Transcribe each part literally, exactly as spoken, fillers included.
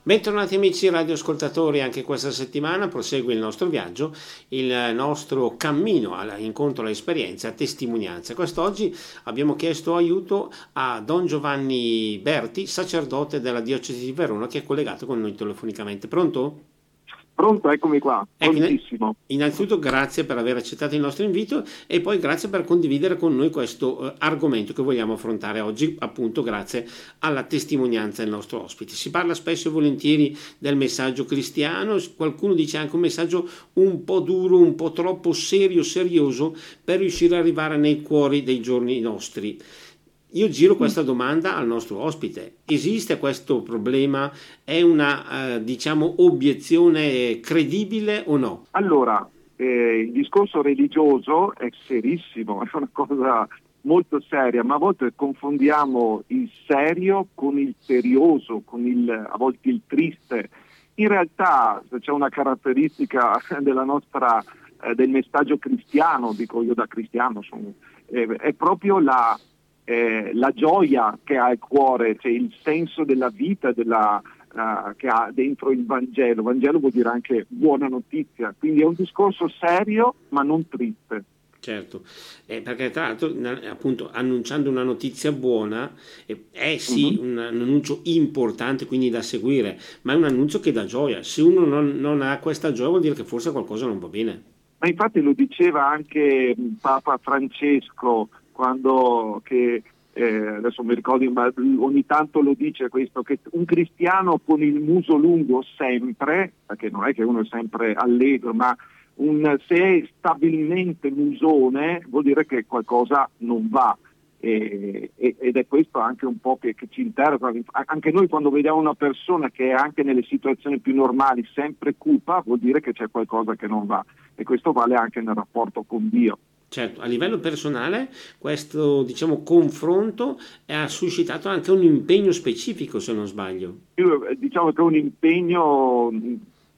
Bentornati amici radioascoltatori, anche questa settimana prosegue il nostro viaggio, il nostro cammino all'incontro all'esperienza, a testimonianza. Quest'oggi abbiamo chiesto aiuto a Don Giovanni Berti, sacerdote della diocesi di Verona, che è collegato con noi telefonicamente. Pronto? Pronto, eccomi qua, Ecco, prontissimo. innanzitutto grazie per aver accettato il nostro invito e poi grazie per condividere con noi questo eh, argomento che vogliamo affrontare oggi, appunto grazie alla testimonianza del nostro ospite. Si parla spesso e volentieri del messaggio cristiano, qualcuno dice anche un messaggio un po' duro, un po' troppo serio, serioso per riuscire ad arrivare nei cuori dei giorni nostri. Io giro questa domanda al nostro ospite. Esiste questo problema? È una, eh, diciamo, obiezione credibile o no? Allora, eh, il discorso religioso è serissimo, è una cosa molto seria, ma a volte confondiamo il serio con il serioso, con il, a volte il triste. In realtà c'è una caratteristica della nostra, eh, del messaggio cristiano, dico io da cristiano, sono, eh, è proprio la Eh, la gioia che ha il cuore, cioè il senso della vita della, uh, che ha dentro il Vangelo. Vangelo vuol dire anche buona notizia, quindi è un discorso serio ma non triste. Certo, eh, perché tra l'altro na- appunto annunciando una notizia buona eh, è sì Mhm. un, un annuncio importante quindi da seguire, ma è un annuncio che dà gioia. Se uno non, non ha questa gioia vuol dire che forse qualcosa non va bene. Ma infatti lo diceva anche Papa Francesco quando che eh, adesso mi ricordo, ma ogni tanto lo dice questo, che un cristiano con il muso lungo sempre, perché non è che uno è sempre allegro, ma un, se è stabilmente musone vuol dire che qualcosa non va. E, e, ed è questo anche un po' che, che ci interroga. Anche noi quando vediamo una persona che è anche nelle situazioni più normali sempre cupa, vuol dire che c'è qualcosa che non va, e questo vale anche nel rapporto con Dio. Certo, a livello personale questo diciamo confronto ha suscitato anche un impegno specifico se non sbaglio. Io, eh, diciamo che è un impegno mh,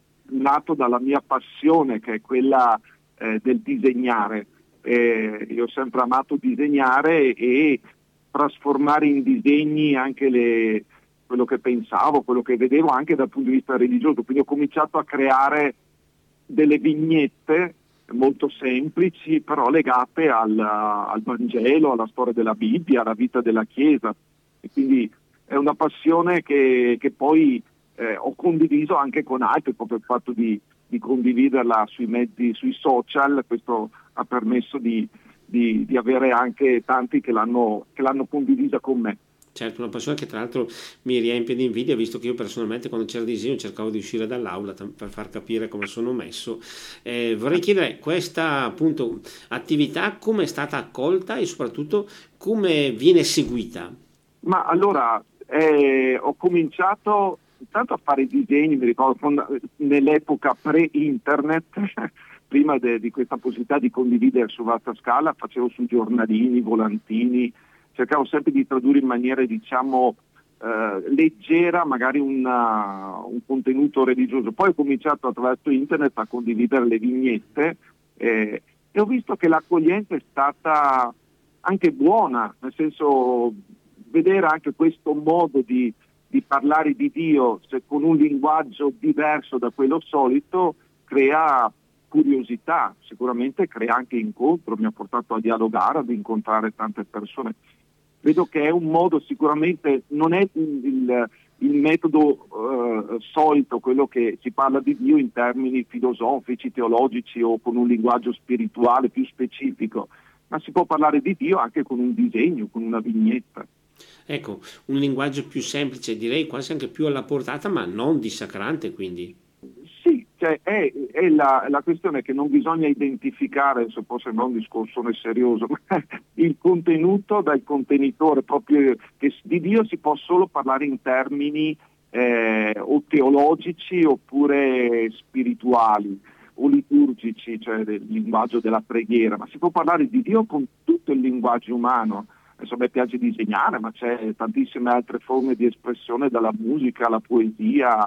nato dalla mia passione, che è quella eh, del disegnare. Eh, io ho sempre amato disegnare e trasformare in disegni anche le, quello che pensavo, quello che vedevo anche dal punto di vista religioso. Quindi ho cominciato a creare delle vignette molto semplici, però legate al, al Vangelo, alla storia della Bibbia, alla vita della Chiesa. E quindi è una passione che, che poi eh, ho condiviso anche con altri, proprio il fatto di, di condividerla sui mezzi, sui social. Questo ha permesso di, di, di avere anche tanti che l'hanno, che l'hanno condivisa con me. Certo, una passione che tra l'altro mi riempie di invidia, visto che io personalmente quando c'era disegno cercavo di uscire dall'aula tam- per far capire come sono messo. Eh, vorrei chiedere, questa appunto attività come è stata accolta e soprattutto come viene seguita? Ma allora eh, ho cominciato intanto a fare i disegni, mi ricordo fonda- nell'epoca pre-internet, prima de- di questa possibilità di condividere su vasta scala, facevo su giornalini, volantini, cercavo sempre di tradurre in maniera diciamo eh, leggera magari una- un contenuto religioso. Poi ho cominciato attraverso internet a condividere le vignette eh, e ho visto che l'accoglienza è stata anche buona, nel senso vedere anche questo modo di, di parlare di Dio se con un linguaggio diverso da quello solito crea curiosità, sicuramente crea anche incontro, mi ha portato a dialogare, ad incontrare tante persone. Vedo che è un modo, sicuramente non è il, il metodo eh, solito, quello che si parla di Dio in termini filosofici, teologici o con un linguaggio spirituale più specifico, ma si può parlare di Dio anche con un disegno, con una vignetta. Ecco, un linguaggio più semplice, direi quasi anche più alla portata, ma non dissacrante, quindi. Sì, cioè è, è la, la questione che non bisogna identificare, se può sembrare un discorso serioso, ma il contenuto dal contenitore, proprio che di Dio si può solo parlare in termini eh, o teologici oppure spirituali o liturgici, cioè del linguaggio della preghiera, ma si può parlare di Dio con tutto il linguaggio umano. Adesso a me piace disegnare, ma c'è tantissime altre forme di espressione, dalla musica alla poesia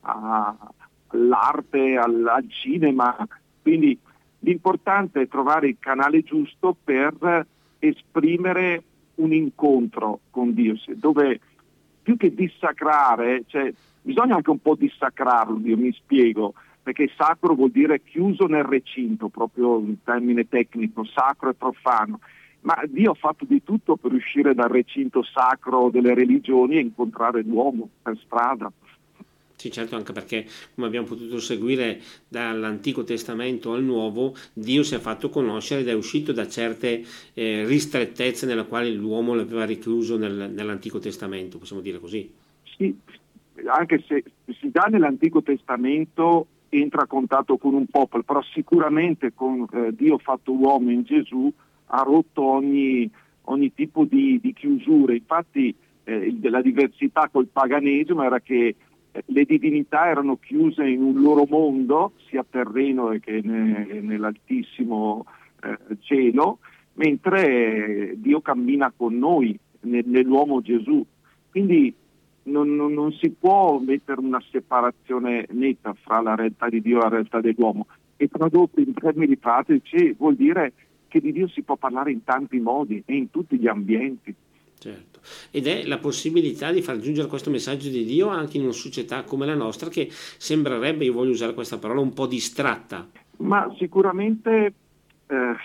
a- all'arte, al, al cinema. Quindi l'importante è trovare il canale giusto per esprimere un incontro con Dio, se- dove più che dissacrare, cioè, bisogna anche un po' dissacrarlo, io mi spiego, perché sacro vuol dire chiuso nel recinto, proprio un termine tecnico, sacro e profano. Ma Dio ha fatto di tutto per uscire dal recinto sacro delle religioni e incontrare l'uomo per strada. Sì, certo, anche perché, come abbiamo potuto seguire dall'Antico Testamento al Nuovo, Dio si è fatto conoscere ed è uscito da certe eh, ristrettezze nella quali l'uomo l'aveva richiuso nel, nell'Antico Testamento, possiamo dire così. Sì, anche se si dà nell'Antico Testamento entra a contatto con un popolo, però sicuramente con eh, Dio fatto uomo in Gesù ha rotto ogni, ogni tipo di, di chiusure. Infatti eh, la diversità col paganesimo era che eh, le divinità erano chiuse in un loro mondo, sia terreno che ne, nell'altissimo eh, cielo, mentre eh, Dio cammina con noi nel, nell'uomo Gesù. Quindi Non, non, non si può mettere una separazione netta fra la realtà di Dio e la realtà dell'uomo, e tradotto in termini pratici vuol dire che di Dio si può parlare in tanti modi e in tutti gli ambienti. Certo, ed è la possibilità di far giungere questo messaggio di Dio anche in una società come la nostra, che sembrerebbe, io voglio usare questa parola, un po' distratta. Ma sicuramente eh,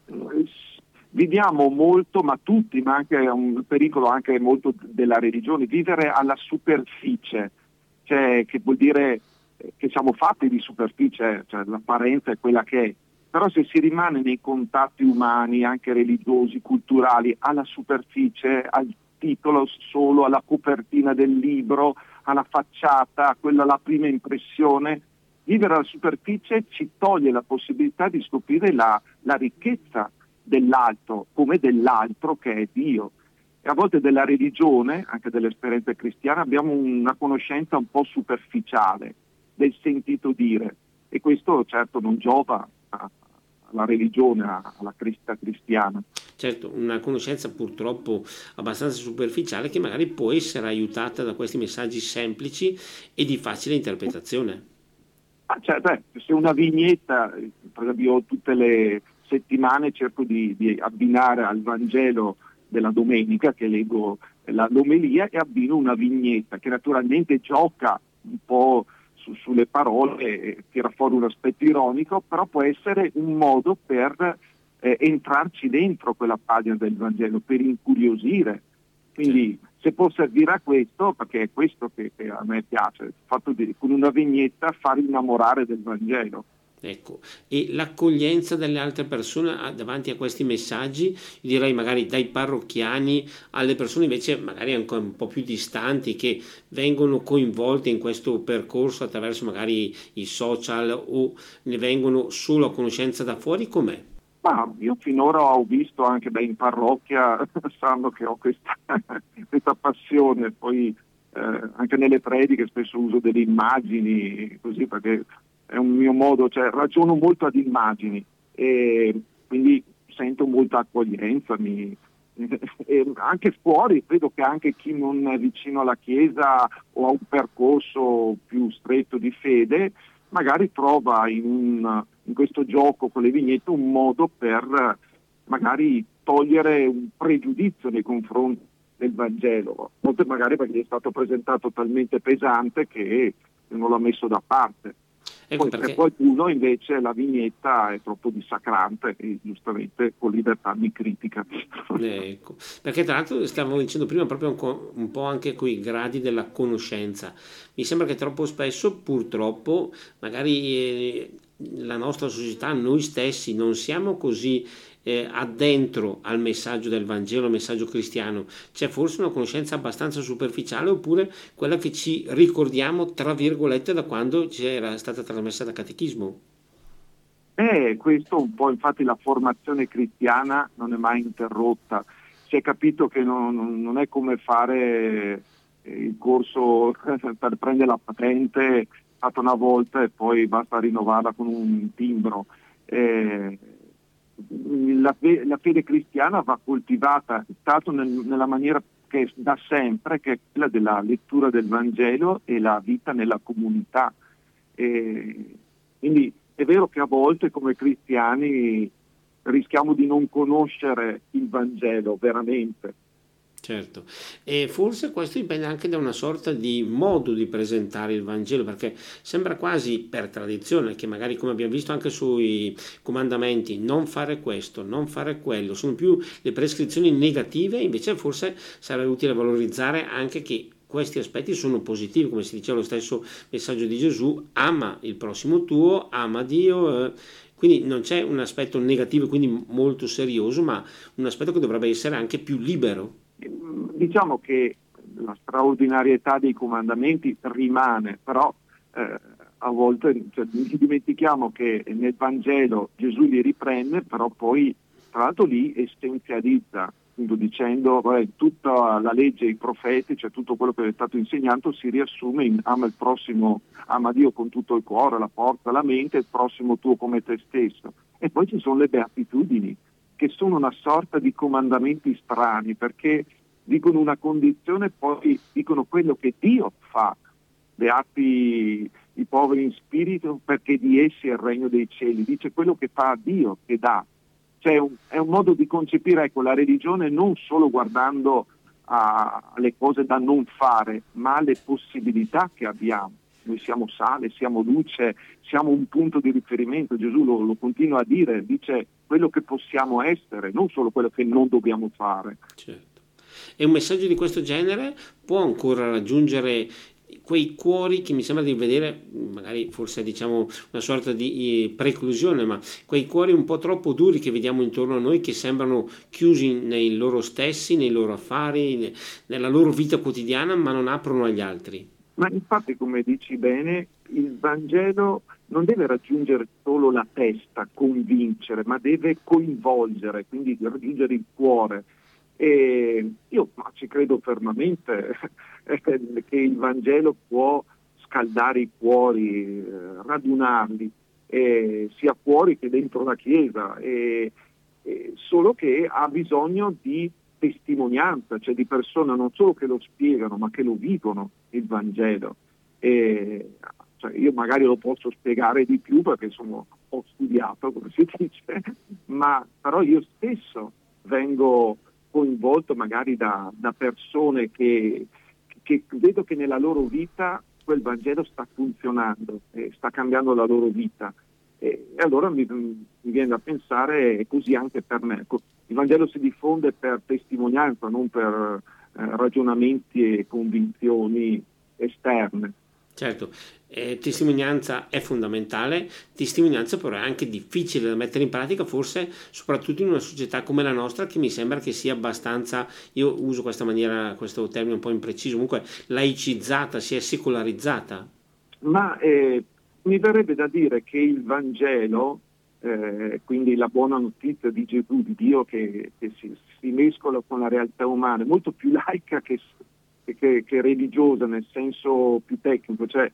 viviamo molto, ma tutti, ma anche è un pericolo anche molto della religione, vivere alla superficie, cioè che vuol dire che siamo fatti di superficie, cioè l'apparenza è quella che è, però se si rimane nei contatti umani, anche religiosi, culturali, alla superficie, al titolo solo, alla copertina del libro, alla facciata, quella la prima impressione, vivere alla superficie ci toglie la possibilità di scoprire la, la ricchezza dell'altro, come dell'altro che è Dio. E a volte della religione, anche dell'esperienza cristiana, abbiamo una conoscenza un po' superficiale del sentito dire, e questo certo non giova alla religione, alla Cristo cristiana. Certo, una conoscenza purtroppo abbastanza superficiale, che magari può essere aiutata da questi messaggi semplici e di facile interpretazione. Ah, cioè, beh, se una vignetta, per esempio tutte le settimane cerco di, di abbinare al Vangelo della domenica, che leggo la, l'omelia, e abbino una vignetta che naturalmente gioca un po' su, sulle parole, e tira fuori un aspetto ironico, però può essere un modo per eh, entrarci dentro quella pagina del Vangelo, per incuriosire. Quindi sì, se può servire a questo, perché è questo che, che a me piace, il fatto di con una vignetta far innamorare del Vangelo. Ecco, e l'accoglienza delle altre persone davanti a questi messaggi, io direi magari dai parrocchiani alle persone invece magari ancora un po' più distanti, che vengono coinvolte in questo percorso attraverso magari i social, o ne vengono solo a conoscenza da fuori, com'è? Ma io finora ho visto anche beh, in parrocchia, sanno che ho questa, questa passione, poi eh, anche nelle prediche spesso uso delle immagini, così, perché è un mio modo, cioè ragiono molto ad immagini e quindi sento molta accoglienza. Mi, e anche fuori vedo che anche chi non è vicino alla Chiesa o ha un percorso più stretto di fede magari trova in, un, in questo gioco con le vignette un modo per magari togliere un pregiudizio nei confronti del Vangelo, magari perché gli è stato presentato talmente pesante che non l'ha messo da parte. Ecco Poi perché... per qualcuno invece la vignetta è troppo dissacrante e giustamente con libertà mi critica. Ecco, perché tra l'altro stavo dicendo prima proprio un, un po' anche coi gradi della conoscenza. Mi sembra che troppo spesso, purtroppo, magari eh, la nostra società, noi stessi, non siamo così eh, addentro al messaggio del Vangelo, al messaggio cristiano. C'è forse una conoscenza abbastanza superficiale, oppure quella che ci ricordiamo, tra virgolette, da quando ci era stata trasmessa da catechismo. Eh, questo un po', infatti la formazione cristiana non è mai interrotta. Si è capito che non, non è come fare il corso per prendere la patente fatta una volta e poi basta rinnovarla con un timbro. Eh, la, la fede cristiana va coltivata tanto nel, nella maniera che da sempre, che è quella della lettura del Vangelo e la vita nella comunità. Eh, quindi è vero che a volte come cristiani rischiamo di non conoscere il Vangelo veramente, Certo, e forse questo dipende anche da una sorta di modo di presentare il Vangelo, perché sembra quasi per tradizione che magari, come abbiamo visto anche sui comandamenti, non fare questo, non fare quello, sono più le prescrizioni negative, invece forse sarebbe utile valorizzare anche che questi aspetti sono positivi, come si diceva lo stesso messaggio di Gesù: ama il prossimo tuo, ama Dio, eh, quindi non c'è un aspetto negativo, quindi molto serioso, ma un aspetto che dovrebbe essere anche più libero. Diciamo che la straordinarietà dei comandamenti rimane, però eh, a volte cioè, dimentichiamo che nel Vangelo Gesù li riprende, però poi tra l'altro li essenzializza, appunto dicendo vabbè, tutta la legge e i profeti, cioè tutto quello che è stato insegnato si riassume in ama il prossimo, ama Dio con tutto il cuore, la forza, la mente, il prossimo tuo come te stesso. E poi ci sono le beatitudini, che sono una sorta di comandamenti strani, perché dicono una condizione e poi dicono quello che Dio fa. Beati i poveri in spirito, perché di essi è il regno dei cieli. Dice quello che fa Dio, che dà. Cioè un, è un modo di concepire, ecco, la religione non solo guardando alle cose da non fare, ma alle possibilità che abbiamo. Noi siamo sale, siamo luce, siamo un punto di riferimento. Gesù lo, lo continua a dire, dice quello che possiamo essere, non solo quello che non dobbiamo fare. Certo. E un messaggio di questo genere può ancora raggiungere quei cuori che mi sembra di vedere, magari forse diciamo una sorta di preclusione, ma quei cuori un po' troppo duri che vediamo intorno a noi, che sembrano chiusi nei loro stessi, nei loro affari, nella loro vita quotidiana, ma non aprono agli altri. Ma infatti, come dici bene, il Vangelo non deve raggiungere solo la testa, convincere, ma deve coinvolgere, quindi raggiungere il cuore. E io ma ci credo fermamente che il Vangelo può scaldare i cuori, radunarli, eh, sia fuori che dentro la Chiesa, e, e solo che ha bisogno di testimonianza, cioè di persone non solo che lo spiegano, ma che lo vivono il Vangelo. E, cioè io magari lo posso spiegare di più perché insomma ho studiato, come si dice, ma però io stesso vengo coinvolto magari da, da persone che, che vedo che nella loro vita quel Vangelo sta funzionando, eh, sta cambiando la loro vita. E, e allora mi, mi viene da pensare, è così anche per me. Ecco, il Vangelo si diffonde per testimonianza, non per eh, ragionamenti e convinzioni esterne. Certo, eh, testimonianza è fondamentale, testimonianza però è anche difficile da mettere in pratica, forse soprattutto in una società come la nostra, che mi sembra che sia abbastanza, io uso questa maniera, questo termine un po' impreciso, comunque laicizzata, si è secolarizzata. Ma eh, mi verrebbe da dire che il Vangelo, eh, quindi la buona notizia di Gesù, di Dio che, che si, si mescola con la realtà umana, è molto più laica che Che, che religiosa nel senso più tecnico, cioè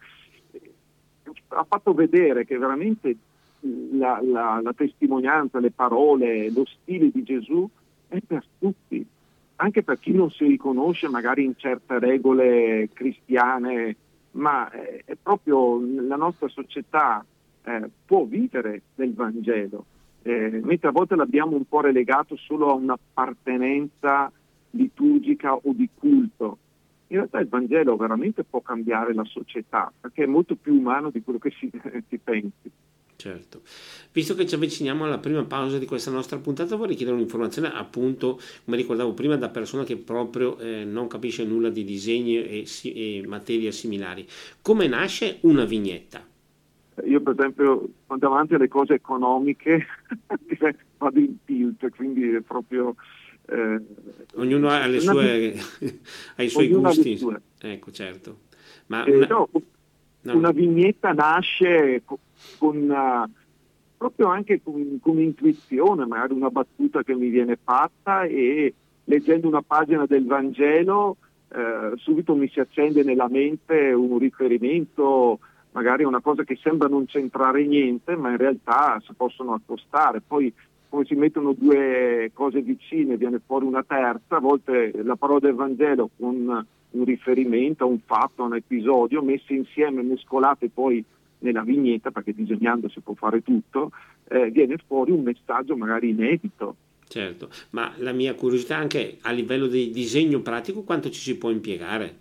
ha fatto vedere che veramente la, la, la testimonianza, le parole, lo stile di Gesù è per tutti, anche per chi non si riconosce magari in certe regole cristiane, ma è, è proprio la nostra società eh, può vivere del Vangelo, eh, mentre a volte l'abbiamo un po' relegato solo a un'appartenenza liturgica o di culto. In realtà il Vangelo veramente può cambiare la società, perché è molto più umano di quello che si, si pensi. Certo. Visto che ci avviciniamo alla prima pausa di questa nostra puntata, vorrei chiedere un'informazione, appunto, come ricordavo prima, da persona che proprio eh, non capisce nulla di disegni e, e materie similari. Come nasce una vignetta? Io per esempio, davanti alle cose economiche, vado in tilt, quindi è proprio... Eh, ognuno ha, le sue, ha i suoi gusti, sue. Ecco, certo. Ma eh, una... no, no, una no. vignetta nasce con, con una, proprio anche con, con intuizione, magari una battuta che mi viene fatta, e leggendo una pagina del Vangelo eh, subito mi si accende nella mente un riferimento, magari una cosa che sembra non c'entrare niente, ma in realtà si possono accostare. Poi come si mettono due cose vicine viene fuori una terza, a volte la parola del Vangelo con un riferimento a un fatto, a un episodio, messe insieme, mescolate poi nella vignetta, perché disegnando si può fare tutto, eh, viene fuori un messaggio magari inedito. Certo, ma la mia curiosità anche a livello di disegno pratico, quanto ci si può impiegare?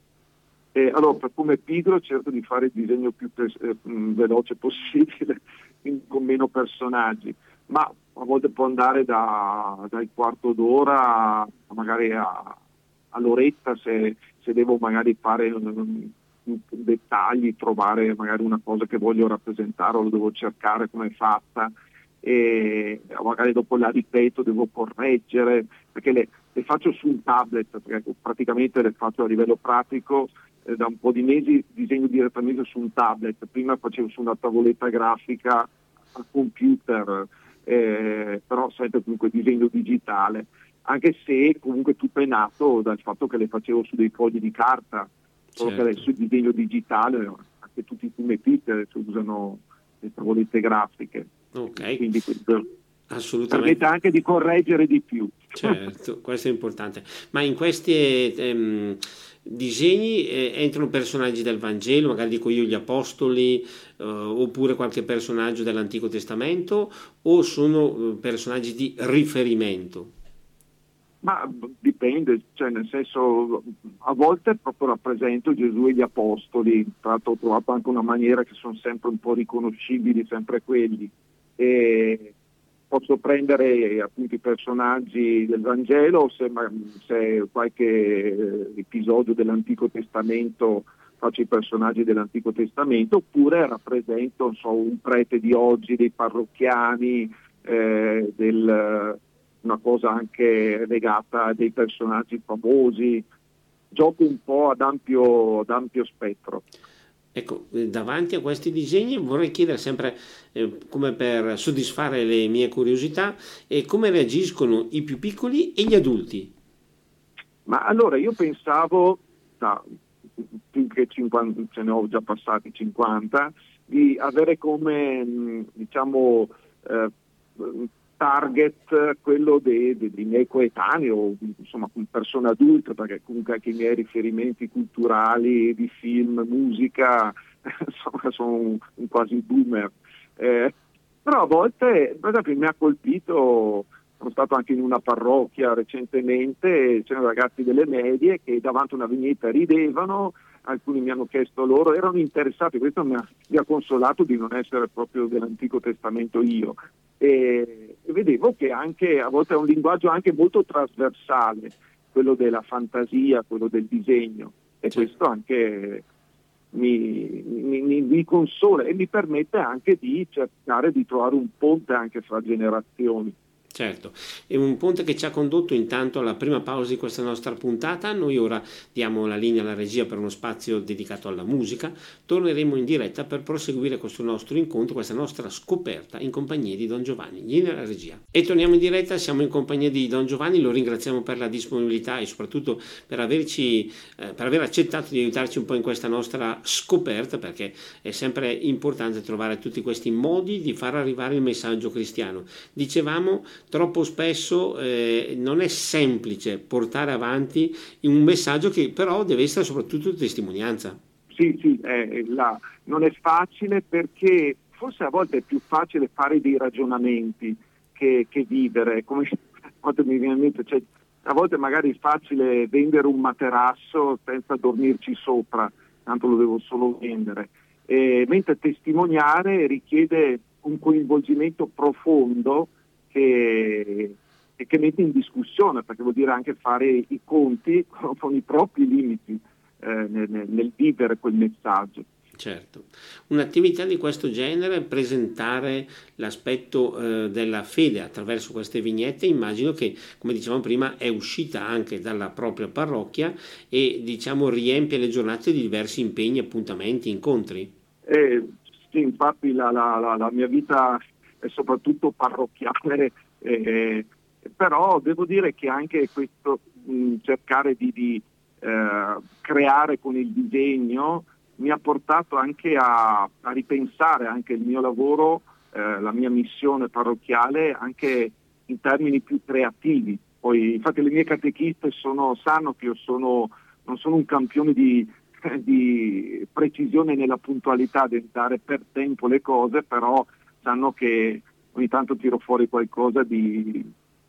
E allora, per come pigro cerco di fare il disegno più pes- eh, mh, veloce possibile, quindi con meno personaggi, ma a volte può andare da, dal quarto d'ora a- magari a- all'oretta se, se devo magari fare un, un- un- dettagli, trovare magari una cosa che voglio rappresentare o lo devo cercare come è fatta e magari dopo la ripeto, devo correggere, perché le, le faccio su un tablet, perché praticamente le faccio a livello pratico eh, da un po' di mesi disegno direttamente su un tablet, prima facevo su una tavoletta grafica a computer, eh, però sempre comunque disegno digitale, anche se comunque tutto è nato dal fatto che le facevo su dei fogli di carta, solo che Certo, adesso il disegno digitale, anche tutti i fumettisti adesso usano le tavolette grafiche, ok, quindi questo permette assolutamente. anche di correggere di più. Certo, questo è importante. Ma in questi ehm, disegni eh, entrano personaggi del Vangelo, magari dico io gli Apostoli, eh, oppure qualche personaggio dell'Antico Testamento, o sono eh, personaggi di riferimento? Ma dipende, cioè nel senso a volte proprio rappresento Gesù e gli Apostoli, tra l'altro ho trovato anche una maniera che sono sempre un po' riconoscibili, sempre quelli. E posso prendere appunto i personaggi del Vangelo, se, ma- se qualche eh, episodio dell'Antico Testamento faccio i personaggi dell'Antico Testamento, oppure rappresento non so, un prete di oggi, dei parrocchiani, eh, del una cosa anche legata a dei personaggi famosi, gioco un po' ad ampio, ad ampio spettro. Ecco, eh, davanti a questi disegni vorrei chiedere sempre, eh, come per soddisfare le mie curiosità, eh, come reagiscono i più piccoli e gli adulti. Ma allora io pensavo, da più che cinquanta, ce ne ho già passati cinquanta, di avere come mh, diciamo eh, target quello dei, dei- dei miei coetanei o insomma persone adulte, perché comunque anche i miei riferimenti culturali di film, musica, insomma sono un, un quasi boomer. Eh, però a volte, per esempio, mi ha colpito, sono stato anche in una parrocchia recentemente, c'erano ragazzi delle medie che davanti a una vignetta ridevano, alcuni mi hanno chiesto loro, erano interessati, questo mi ha, mi ha consolato di non essere proprio dell'Antico Testamento io. E, e vedevo che anche a volte è un linguaggio anche molto trasversale, quello della fantasia, quello del disegno, e Cioè, questo anche mi, mi, mi- mi consola e mi permette anche di cercare di trovare un ponte anche fra generazioni. certo, è un ponte che ci ha condotto intanto alla prima pausa di questa nostra puntata. Noi ora diamo la linea alla regia per uno spazio dedicato alla musica. Torneremo in diretta per proseguire questo nostro incontro, questa nostra scoperta in compagnia di Don Giovanni. Linea alla regia. E torniamo in diretta, siamo in compagnia di Don Giovanni, lo ringraziamo per la disponibilità e soprattutto per averci, eh, per aver accettato di aiutarci un po' in questa nostra scoperta, perché è sempre importante trovare tutti questi modi di far arrivare il messaggio cristiano. Dicevamo, troppo spesso eh, non è semplice portare avanti un messaggio che però deve essere soprattutto testimonianza. Sì, sì, eh, la- non è facile perché forse a volte è più facile fare dei ragionamenti che, che vivere, come a volte mi viene in mente, cioè, a volte magari è facile vendere un materasso senza dormirci sopra, tanto lo devo solo vendere. Eh, mentre testimoniare richiede un coinvolgimento profondo che, e che mette in discussione, perché vuol dire anche fare i conti con, con i propri limiti eh, nel, nel vivere quel messaggio. Certo, un'attività di questo genere, presentare l'aspetto eh, della fede attraverso queste vignette, immagino che, come dicevamo prima, è uscita anche dalla propria parrocchia e diciamo riempie le giornate di diversi impegni, appuntamenti, incontri. E, sì, infatti la, la- la- la mia vita è soprattutto parrocchiale, eh, però devo dire che anche questo mh, cercare di, di, eh, creare con il disegno mi ha portato anche a, a ripensare anche il mio lavoro, eh, la mia missione parrocchiale anche in termini più creativi. Poi, infatti le mie catechiste sono, sanno che io sono, non sono un campione di di precisione nella puntualità, di dare per tempo le cose, però sanno che ogni tanto tiro fuori qualcosa di,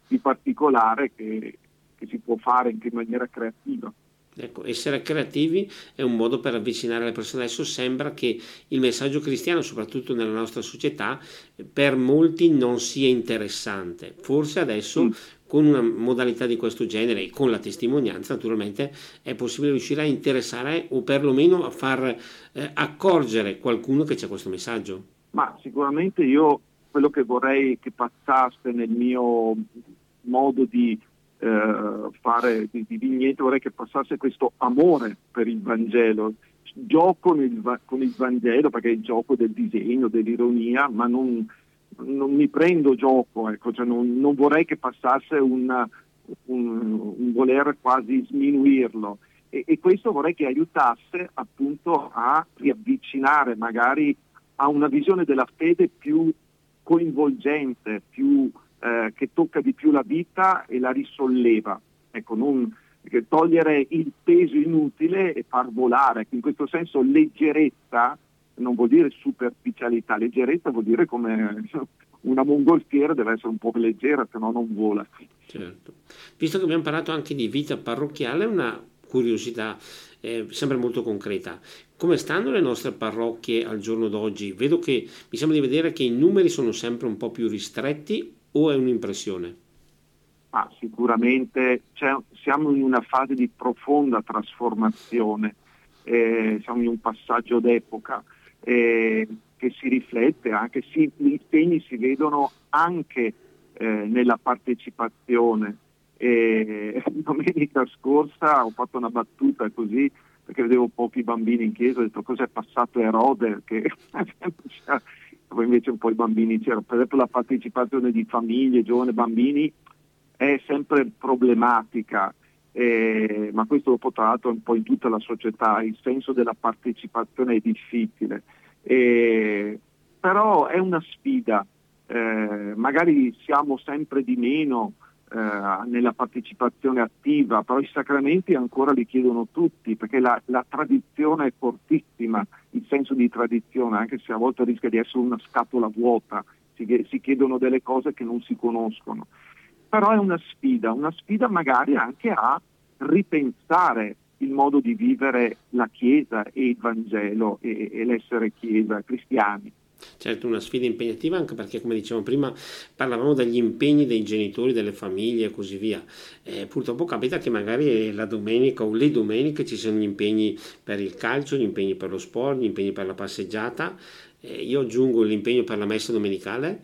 di particolare che, che si può fare anche in maniera creativa. Ecco, essere creativi è un modo per avvicinare le persone. Adesso sembra che il messaggio cristiano, soprattutto nella nostra società, per molti non sia interessante. Forse adesso mm. con una modalità di questo genere e con la testimonianza naturalmente è possibile riuscire a interessare o perlomeno a far eh, accorgere qualcuno che c'è questo messaggio. Ma sicuramente io quello che vorrei che passasse nel mio modo di Uh, fare di, di vignetto, vorrei che passasse questo amore per il Vangelo. Gioco nel, con il Vangelo perché è il gioco del disegno, dell'ironia, ma non, non mi prendo gioco, ecco, cioè non, non vorrei che passasse una, un, un voler quasi sminuirlo e, e questo vorrei che aiutasse appunto a riavvicinare magari a una visione della fede più coinvolgente, più Eh, che tocca di più la vita e la risolleva. Ecco, non che togliere il peso inutile e far volare. In questo senso leggerezza non vuol dire superficialità, leggerezza vuol dire come una mongolfiera deve essere un po' leggera, se no non vola. Certo. Visto che abbiamo parlato anche di vita parrocchiale, una curiosità eh, sembra molto concreta. Come stanno le nostre parrocchie al giorno d'oggi? Vedo che mi sembra di vedere che i numeri sono sempre un po' più ristretti. O è un'impressione? Ah, sicuramente c'è, siamo in una fase di profonda trasformazione, eh, siamo in un passaggio d'epoca eh, che si riflette anche, sì, gli impegni si vedono anche eh, nella partecipazione. Eh, domenica scorsa ho fatto una battuta così perché vedevo pochi bambini in chiesa, ho detto cos'è passato Erode che poi invece un po' i bambini c'erano. Per esempio la partecipazione di famiglie, giovani, bambini è sempre problematica, eh, ma questo dopo tra l'altro è un po' in tutta la società, il senso della partecipazione è difficile, eh, però è una sfida, eh, magari siamo sempre di meno eh, nella partecipazione attiva, però i sacramenti ancora li chiedono tutti, perché la, la tradizione è fortissima, il senso di tradizione, anche se a volte rischia di essere una scatola vuota, si, si chiedono delle cose che non si conoscono. Però è una sfida, una sfida magari anche a ripensare il modo di vivere la Chiesa e il Vangelo e, e l'essere Chiesa, cristiani. Certo, una sfida impegnativa anche perché, come dicevamo prima, parlavamo degli impegni dei genitori, delle famiglie e così via. Eh, purtroppo capita che magari la domenica o le domeniche ci siano gli impegni per il calcio, gli impegni per lo sport, gli impegni per la passeggiata. Eh, io aggiungo l'impegno per la messa domenicale.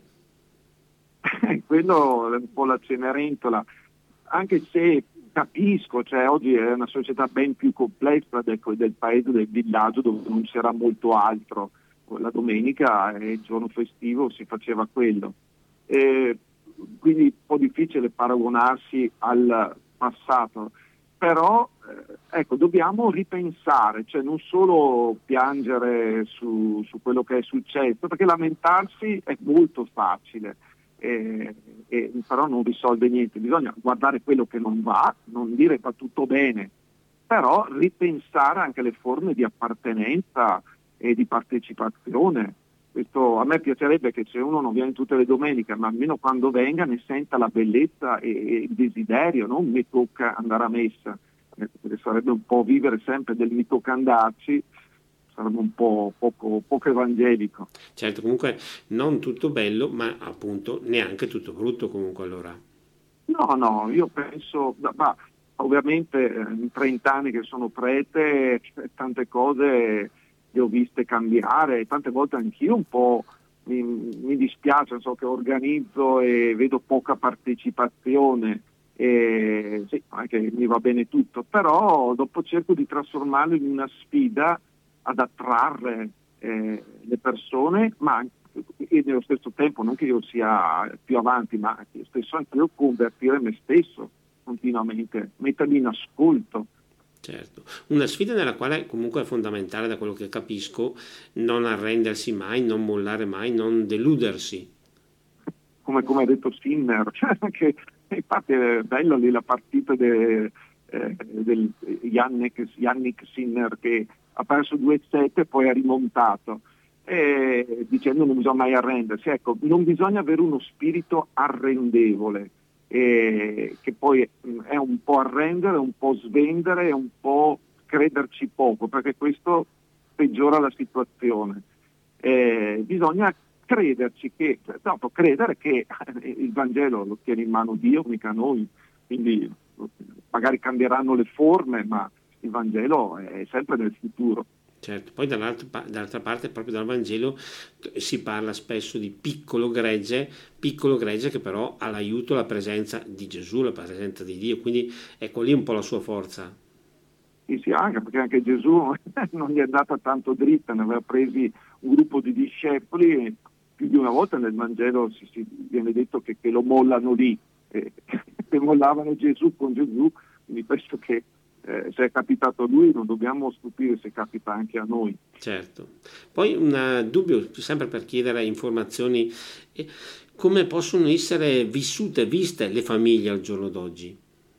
Quello è un po' la Cenerentola, anche se capisco, cioè oggi è una società ben più complessa del, del paese, del villaggio dove non c'era molto altro. La domenica è il giorno festivo, si faceva quello. Eh, quindi un po' difficile paragonarsi al passato, però eh, ecco, dobbiamo ripensare, cioè non solo piangere su, su quello che è successo, perché lamentarsi è molto facile. Eh, eh, però non risolve niente, bisogna guardare quello che non va, non dire va tutto bene, però ripensare anche le forme di appartenenza e di partecipazione. Questo, a me piacerebbe che se uno non viene tutte le domeniche, ma almeno quando venga ne senta la bellezza e, e il desiderio, non mi tocca andare a messa, perché sarebbe un po' vivere sempre del mi tocca andarci, sarebbe un po' poco, poco evangelico. Certo, comunque non tutto bello, ma appunto neanche tutto brutto comunque allora. No, no, io penso, ma ovviamente in trenta anni che sono prete, tante cose le ho viste cambiare, tante volte anch'io un po' mi, mi dispiace, so che organizzo e vedo poca partecipazione, e, sì, anche mi va bene tutto, però dopo cerco di trasformarlo in una sfida ad attrarre eh, le persone, ma anche, e nello stesso tempo, non che io sia più avanti, ma io stesso anche io convertire me stesso continuamente, mettermi in ascolto. Certo, una sfida nella quale comunque è fondamentale, da quello che capisco, non arrendersi mai, non mollare mai, non deludersi. Come, come ha detto Sinner, cioè che, infatti è bella lì la partita de, eh, del Yannick, Yannick Sinner che ha perso due sette e poi ha rimontato, eh, dicendo non bisogna mai arrendersi. Ecco, non bisogna avere uno spirito arrendevole. eh, che poi è un po' arrendere, un po' svendere, un po' crederci poco, perché questo peggiora la situazione. Eh, bisogna crederci che, dopo credere che il Vangelo lo tiene in mano Dio, mica noi, quindi magari cambieranno le forme, ma il Vangelo è sempre nel futuro. Certo, poi dall'altra, dall'altra parte proprio dal Vangelo si parla spesso di piccolo gregge, piccolo gregge che però ha l'aiuto, la presenza di Gesù, la presenza di Dio, quindi ecco lì un po' la sua forza. Sì, sì, anche perché anche Gesù non gli è andata tanto dritta, ne aveva presi un gruppo di discepoli e più di una volta nel Vangelo si, si viene detto che, che lo mollano lì, eh, che mollavano Gesù con Gesù, quindi penso che Eh, se è capitato a lui non dobbiamo stupire se capita anche a noi. Certo. Poi un dubbio, sempre per chiedere informazioni, eh, come possono essere vissute, viste le famiglie al giorno d'oggi?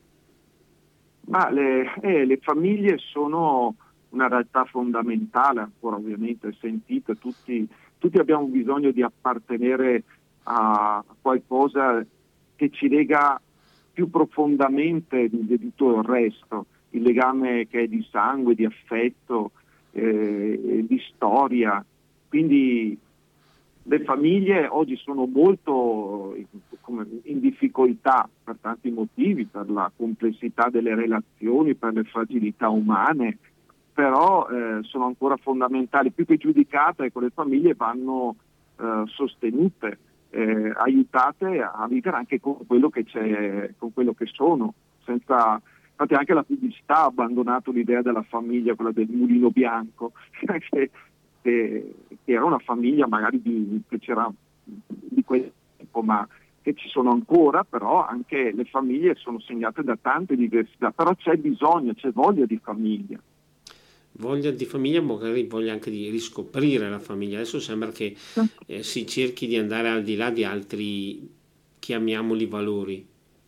Ma le, eh, le famiglie sono una realtà fondamentale, ancora ovviamente sentite, tutti, tutti abbiamo bisogno di appartenere a qualcosa che ci lega più profondamente di, di tutto il resto. Il legame che è di sangue, di affetto, eh, di storia. Quindi le famiglie oggi sono molto come, in difficoltà per tanti motivi, per la complessità delle relazioni, per le fragilità umane, però eh, sono ancora fondamentali, più che giudicate, ecco, le famiglie vanno eh, sostenute, eh, aiutate a vivere anche con quello che c'è, con quello che sono, senza. Infatti anche la pubblicità ha abbandonato l'idea della famiglia, quella del mulino bianco, che, che, che era una famiglia magari di, che c'era di quel tempo, ma che ci sono ancora, però anche le famiglie sono segnate da tante diversità, però c'è bisogno, c'è voglia di famiglia. Voglia di famiglia, magari voglia anche di riscoprire la famiglia. Adesso sembra che eh, si cerchi di andare al di là di altri, chiamiamoli, valori.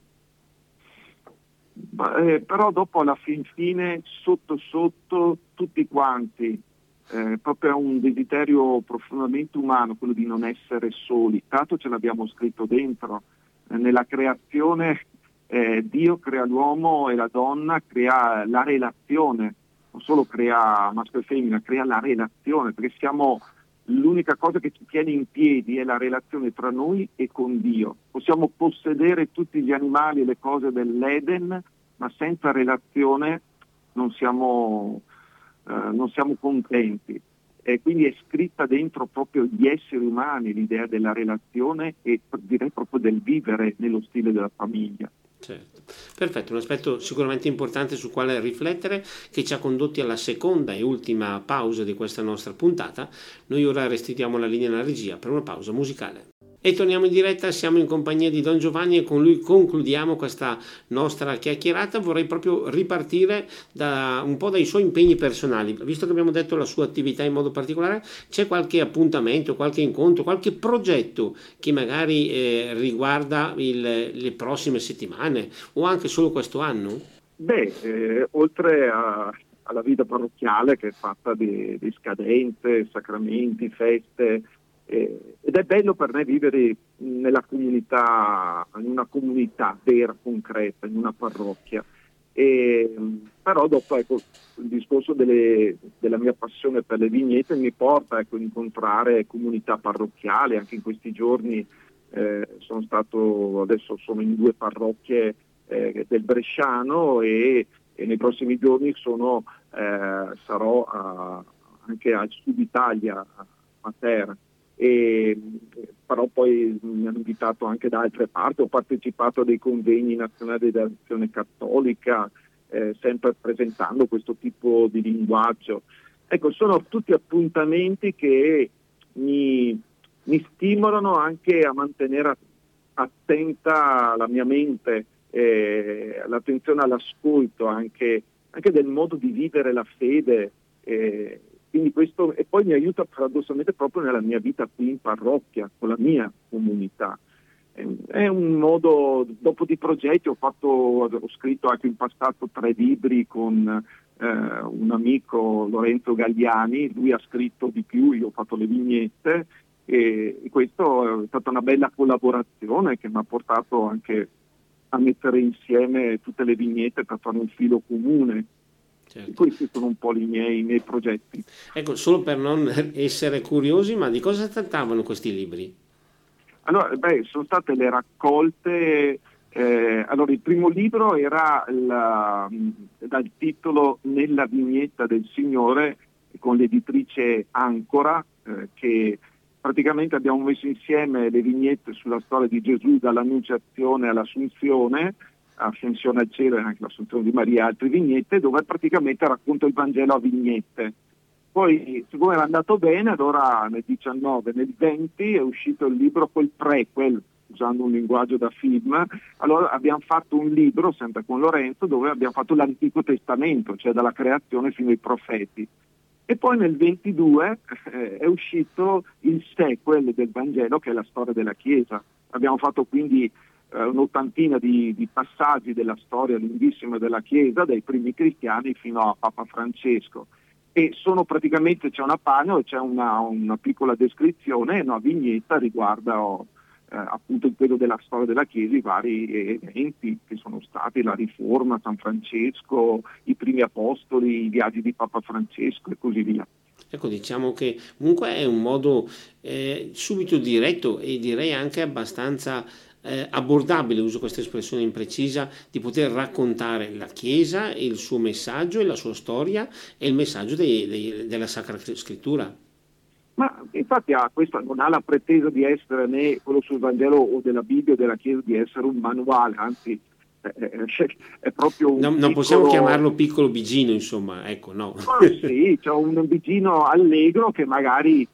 Eh, però dopo alla fin fine sotto sotto tutti quanti eh, proprio è un desiderio profondamente umano quello di non essere soli, tanto ce l'abbiamo scritto dentro eh, nella creazione. eh, Dio crea l'uomo e la donna, crea la relazione, non solo crea maschio e femmina, crea la relazione, perché siamo l'unica cosa che ci tiene in piedi è la relazione tra noi e con Dio. Possiamo possedere tutti gli animali e le cose dell'Eden, ma senza relazione non siamo, eh, non siamo contenti. E quindi è scritta dentro proprio gli esseri umani l'idea della relazione e direi proprio del vivere nello stile della famiglia. Certo. Perfetto, un aspetto sicuramente importante su quale riflettere che ci ha condotti alla seconda e ultima pausa di questa nostra puntata. Noi ora restituiamo la linea alla regia per una pausa musicale. E torniamo in diretta, siamo in compagnia di Don Giovanni e con lui concludiamo questa nostra chiacchierata. Vorrei proprio ripartire da un po' dai suoi impegni personali, visto che abbiamo detto la sua attività in modo particolare. C'è qualche appuntamento, qualche incontro, qualche progetto che magari eh, riguarda il, le prossime settimane o anche solo questo anno? Beh, eh, oltre a, alla vita parrocchiale che è fatta di, di scadenze, sacramenti, feste, Eh, ed è bello per me vivere nella comunità, in una comunità vera, concreta, in una parrocchia. E, però dopo ecco, il discorso delle, della mia passione per le vignette mi porta ecco, a incontrare comunità parrocchiali. Anche in questi giorni eh, sono stato, adesso sono in due parrocchie eh, del Bresciano e, e nei prossimi giorni sono, eh, sarò a, anche al Sud Italia, a Matera. E, però poi mi hanno invitato anche da altre parti, ho partecipato a dei convegni nazionali dell'Azione Cattolica, eh, sempre presentando questo tipo di linguaggio. Ecco, sono tutti appuntamenti che mi, mi stimolano anche a mantenere attenta la mia mente, eh, l'attenzione all'ascolto anche, anche del modo di vivere la fede. Eh, Quindi questo, e poi mi aiuta paradossalmente proprio nella mia vita qui in parrocchia, con la mia comunità. È un modo, dopo di progetti ho fatto, ho scritto anche in passato tre libri con eh, un amico Lorenzo Gagliani, lui ha scritto di più, io ho fatto le vignette e, e questo è stata una bella collaborazione che mi ha portato anche a mettere insieme tutte le vignette per fare un filo comune. Certo. Questi sono un po' i miei, i miei progetti. Ecco, solo per non essere curiosi, ma di cosa trattavano questi libri? Allora, beh, sono state le raccolte. Eh, allora, il primo libro era la, dal titolo Nella vignetta del Signore, con l'editrice Ancora, eh, che praticamente abbiamo messo insieme le vignette sulla storia di Gesù dall'Annunciazione all'Assunzione, Ascensione al cielo e anche l'Assunzione di Maria, altre vignette, dove praticamente racconta il Vangelo a vignette. Poi, siccome era andato bene, allora nel diciannove, nel venti è uscito il libro col prequel, usando un linguaggio da film. Allora abbiamo fatto un libro, sempre con Lorenzo, dove abbiamo fatto l'Antico Testamento, cioè dalla creazione fino ai profeti. E poi nel ventidue eh, è uscito il sequel del Vangelo, che è la storia della Chiesa. Abbiamo fatto quindi eh, un'ottantina di, di passaggi della storia lunghissima della Chiesa, dai primi cristiani fino a Papa Francesco. E sono praticamente, c'è una pagina, c'è una, una piccola descrizione e una vignetta riguarda oh, eh, appunto quello della storia della Chiesa, i vari eventi che sono stati, la Riforma, San Francesco, i primi apostoli, i viaggi di Papa Francesco e così via. Ecco, diciamo che comunque è un modo eh, subito diretto e direi anche abbastanza eh, abbordabile, uso questa espressione imprecisa, di poter raccontare la Chiesa, il suo messaggio e la sua storia e il messaggio dei, dei, della Sacra Scrittura. Ma infatti ah, questa non ha la pretesa di essere né quello sul Vangelo o della Bibbia o della Chiesa, di essere un manuale, anzi è, è proprio un non, piccolo... non possiamo chiamarlo piccolo bigino, insomma, ecco, no. Oh, sì, c'è un bigino allegro che magari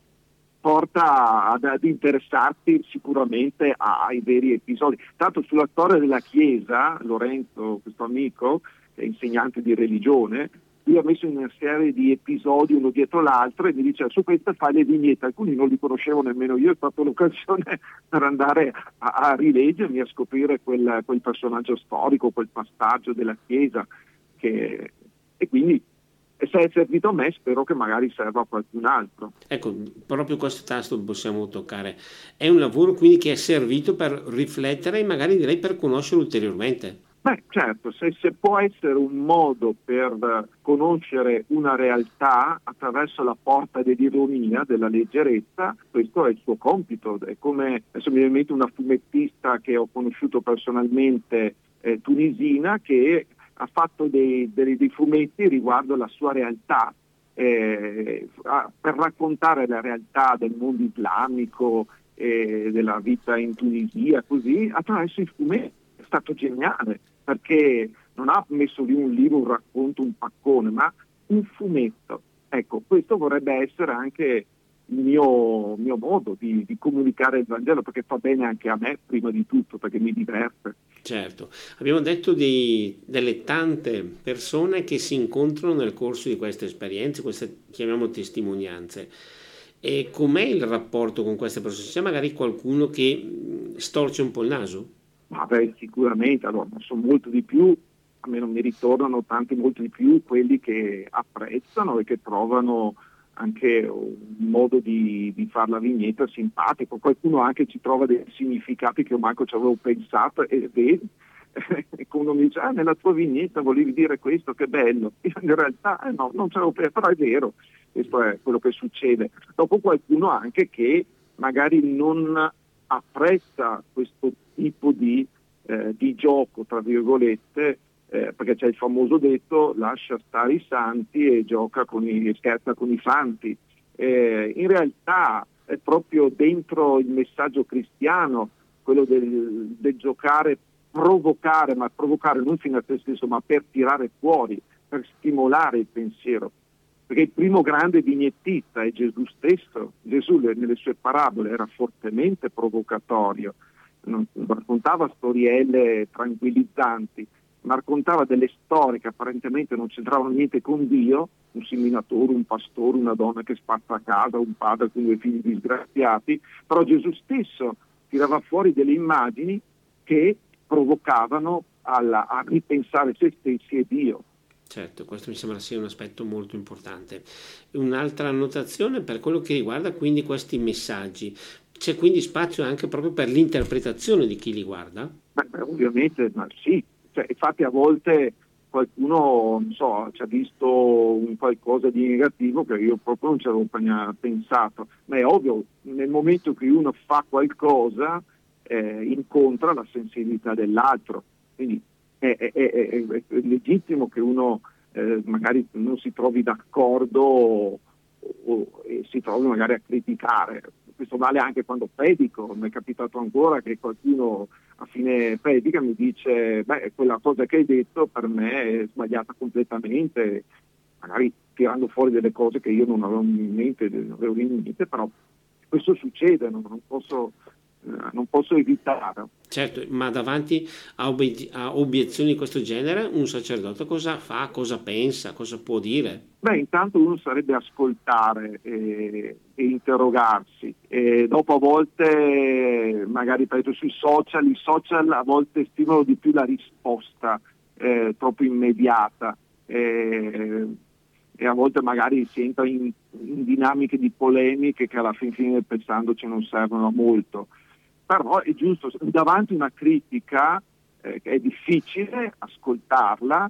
porta ad, ad interessarti sicuramente ai veri episodi. Tanto sulla storia della Chiesa, Lorenzo, questo amico, che è insegnante di religione, lui ha messo in una serie di episodi uno dietro l'altro e mi dice: su questa fai le vignette. Alcuni non li conoscevo nemmeno io, è stata l'occasione per andare a, a rileggermi, a scoprire quel, quel personaggio storico, quel passaggio della Chiesa, che, e quindi se è servito a me spero che magari serva a qualcun altro. Ecco, proprio questo tasto possiamo toccare. È un lavoro quindi che è servito per riflettere e magari direi per conoscere ulteriormente. Beh, certo, se, se può essere un modo per conoscere una realtà attraverso la porta dell'ironia, della leggerezza, questo è il suo compito. È come, adesso mi viene in mente una fumettista che ho conosciuto personalmente, eh, tunisina, che ha fatto dei, dei, dei fumetti riguardo la sua realtà, eh, per raccontare la realtà del mondo islamico, eh, della vita in Tunisia, così, attraverso i fumetti. È stato geniale, perché non ha messo lì un libro, un racconto, un paccone, ma un fumetto. Ecco, questo vorrebbe essere anche il mio, mio modo di, di comunicare il Vangelo, perché fa bene anche a me, prima di tutto, perché mi diverte. Certo, abbiamo detto di, delle tante persone che si incontrano nel corso di queste esperienze, queste chiamiamo testimonianze. E com'è il rapporto con queste persone? C'è magari qualcuno che storce un po' il naso? Vabbè, sicuramente, allora, sono molto di più, a me non mi ritornano tanti, molto di più quelli che apprezzano e che trovano anche un modo di, di fare la vignetta simpatico. Qualcuno anche ci trova dei significati che io manco ci avevo pensato e vedi, e uno mi dice: ah, nella tua vignetta volevi dire questo, che bello. Io in realtà eh no, non ce l'avevo pensato, però è vero, questo è quello che succede. Dopo qualcuno anche che magari non apprezza questo tipo di, eh, di gioco, tra virgolette, eh, perché c'è il famoso detto: lascia stare i santi e gioca con i, scherza con i fanti. Eh, in realtà è proprio dentro il messaggio cristiano quello del, del giocare, provocare, ma provocare non fino a se stesso, ma per tirare fuori, per stimolare il pensiero. Perché il primo grande vignettista è Gesù stesso. Gesù nelle sue parabole era fortemente provocatorio, non raccontava storielle tranquillizzanti, ma raccontava delle storie che apparentemente non c'entravano niente con Dio, un seminatore, un pastore, una donna che spazza a casa, un padre con due figli disgraziati, però Gesù stesso tirava fuori delle immagini che provocavano alla, a ripensare se stessi e Dio. Certo, questo mi sembra sia un aspetto molto importante. Un'altra annotazione per quello che riguarda quindi questi messaggi. C'è quindi spazio anche proprio per l'interpretazione di chi li guarda? Beh, beh, ovviamente, ma sì, cioè, infatti a volte qualcuno, non so, ci ha visto un qualcosa di negativo che io proprio non ci avevo pe- pensato, ma è ovvio, nel momento che uno fa qualcosa eh, incontra la sensibilità dell'altro, quindi è, è- è- è- è legittimo che uno eh, magari non si trovi d'accordo o, o- e si trovi magari a criticare. Questo vale anche quando predico, mi è capitato ancora che qualcuno a fine predica mi dice beh, quella cosa che hai detto per me è sbagliata completamente, magari tirando fuori delle cose che io non avevo in mente, non avevo in mente, però questo succede, non, non posso, eh, non posso evitare. Certo, ma davanti a, obe- a obiezioni di questo genere, un sacerdote cosa fa, cosa pensa, cosa può dire? Beh, intanto uno sarebbe ascoltare e, e interrogarsi. E dopo a volte, magari ripeto, sui social, i social a volte stimolano di più la risposta eh, troppo immediata eh, e a volte magari si entra in, in dinamiche di polemiche che alla fin fine pensandoci non servono a molto. Però è giusto, davanti a una critica eh, che è difficile ascoltarla,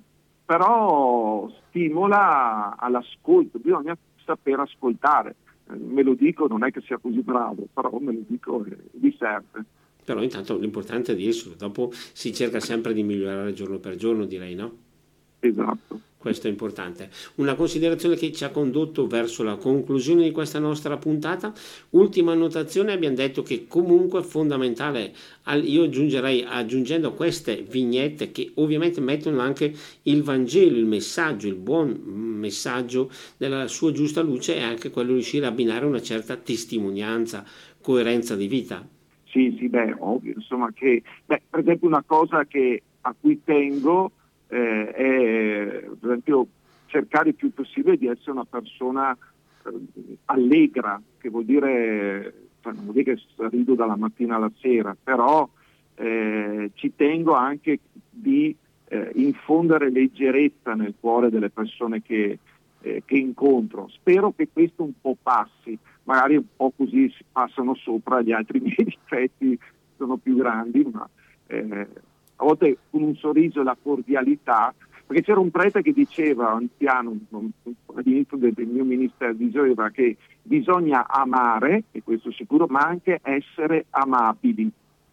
però stimola all'ascolto, bisogna saper ascoltare. Eh, me lo dico, non è che sia così bravo, però me lo dico e vi serve. Però intanto l'importante è dirselo, dopo si cerca sempre di migliorare giorno per giorno, direi, no? Esatto. Questo è importante. Una considerazione che ci ha condotto verso la conclusione di questa nostra puntata. Ultima annotazione, abbiamo detto che comunque è fondamentale, io aggiungerei, aggiungendo queste vignette che ovviamente mettono anche il Vangelo, il messaggio, il buon messaggio nella sua giusta luce, è anche quello di riuscire a abbinare una certa testimonianza, coerenza di vita. Sì, sì, beh, ovvio, insomma che, beh, per esempio una cosa che, a cui tengo eh, è, per esempio, cercare il più possibile di essere una persona eh, allegra, che vuol dire, cioè, non vuol dire che rido dalla mattina alla sera, però eh, ci tengo anche di eh, infondere leggerezza nel cuore delle persone che, eh, che incontro. Spero che questo un po' passi. Magari un po' così si passano sopra, gli altri miei difetti sono più grandi, ma eh, a volte con un sorriso e la cordialità, perché c'era un prete che diceva, anziano, all'inizio del, del mio ministero, diceva che bisogna amare, e questo sicuro, ma anche essere amabili,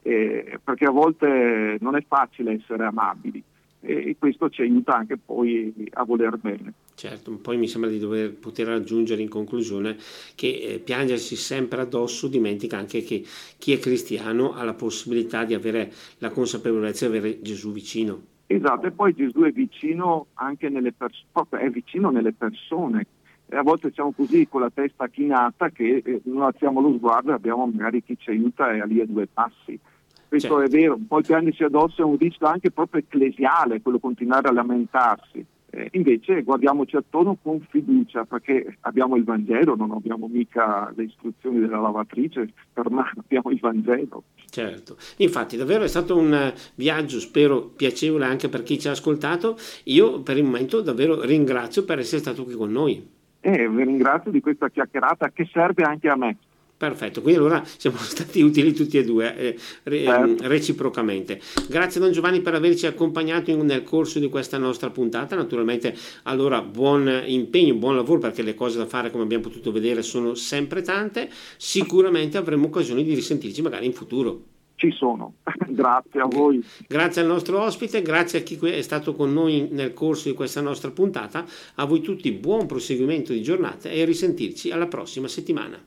eh, perché a volte non è facile essere amabili. E questo ci aiuta anche poi a voler bene. Certo, poi mi sembra di dover poter aggiungere in conclusione che eh, piangersi sempre addosso dimentica anche che chi è cristiano ha la possibilità di avere la consapevolezza di avere Gesù vicino. Esatto, e poi Gesù è vicino anche nelle persone, è vicino nelle persone. E a volte siamo così con la testa chinata che eh, non alziamo lo sguardo e abbiamo magari chi ci aiuta e è lì a due passi. Questo certo. È vero, poi piangersi addosso è un rischio anche proprio ecclesiale, quello continuare a lamentarsi. Eh, invece guardiamoci attorno con fiducia, perché abbiamo il Vangelo, non abbiamo mica le istruzioni della lavatrice per mano, abbiamo il Vangelo. Certo, infatti davvero è stato un viaggio, spero piacevole anche per chi ci ha ascoltato. Io per il momento davvero ringrazio per essere stato qui con noi. Eh, vi ringrazio di questa chiacchierata che serve anche a me. Perfetto, quindi allora siamo stati utili tutti e due eh, re, certo. reciprocamente. Grazie Don Giovanni per averci accompagnato in, nel corso di questa nostra puntata. Naturalmente allora buon impegno, buon lavoro, perché le cose da fare, come abbiamo potuto vedere, sono sempre tante. Sicuramente avremo occasione di risentirci magari in futuro. Ci sono, grazie a voi. Grazie al nostro ospite, grazie a chi è stato con noi nel corso di questa nostra puntata. A voi tutti buon proseguimento di giornata e risentirci alla prossima settimana.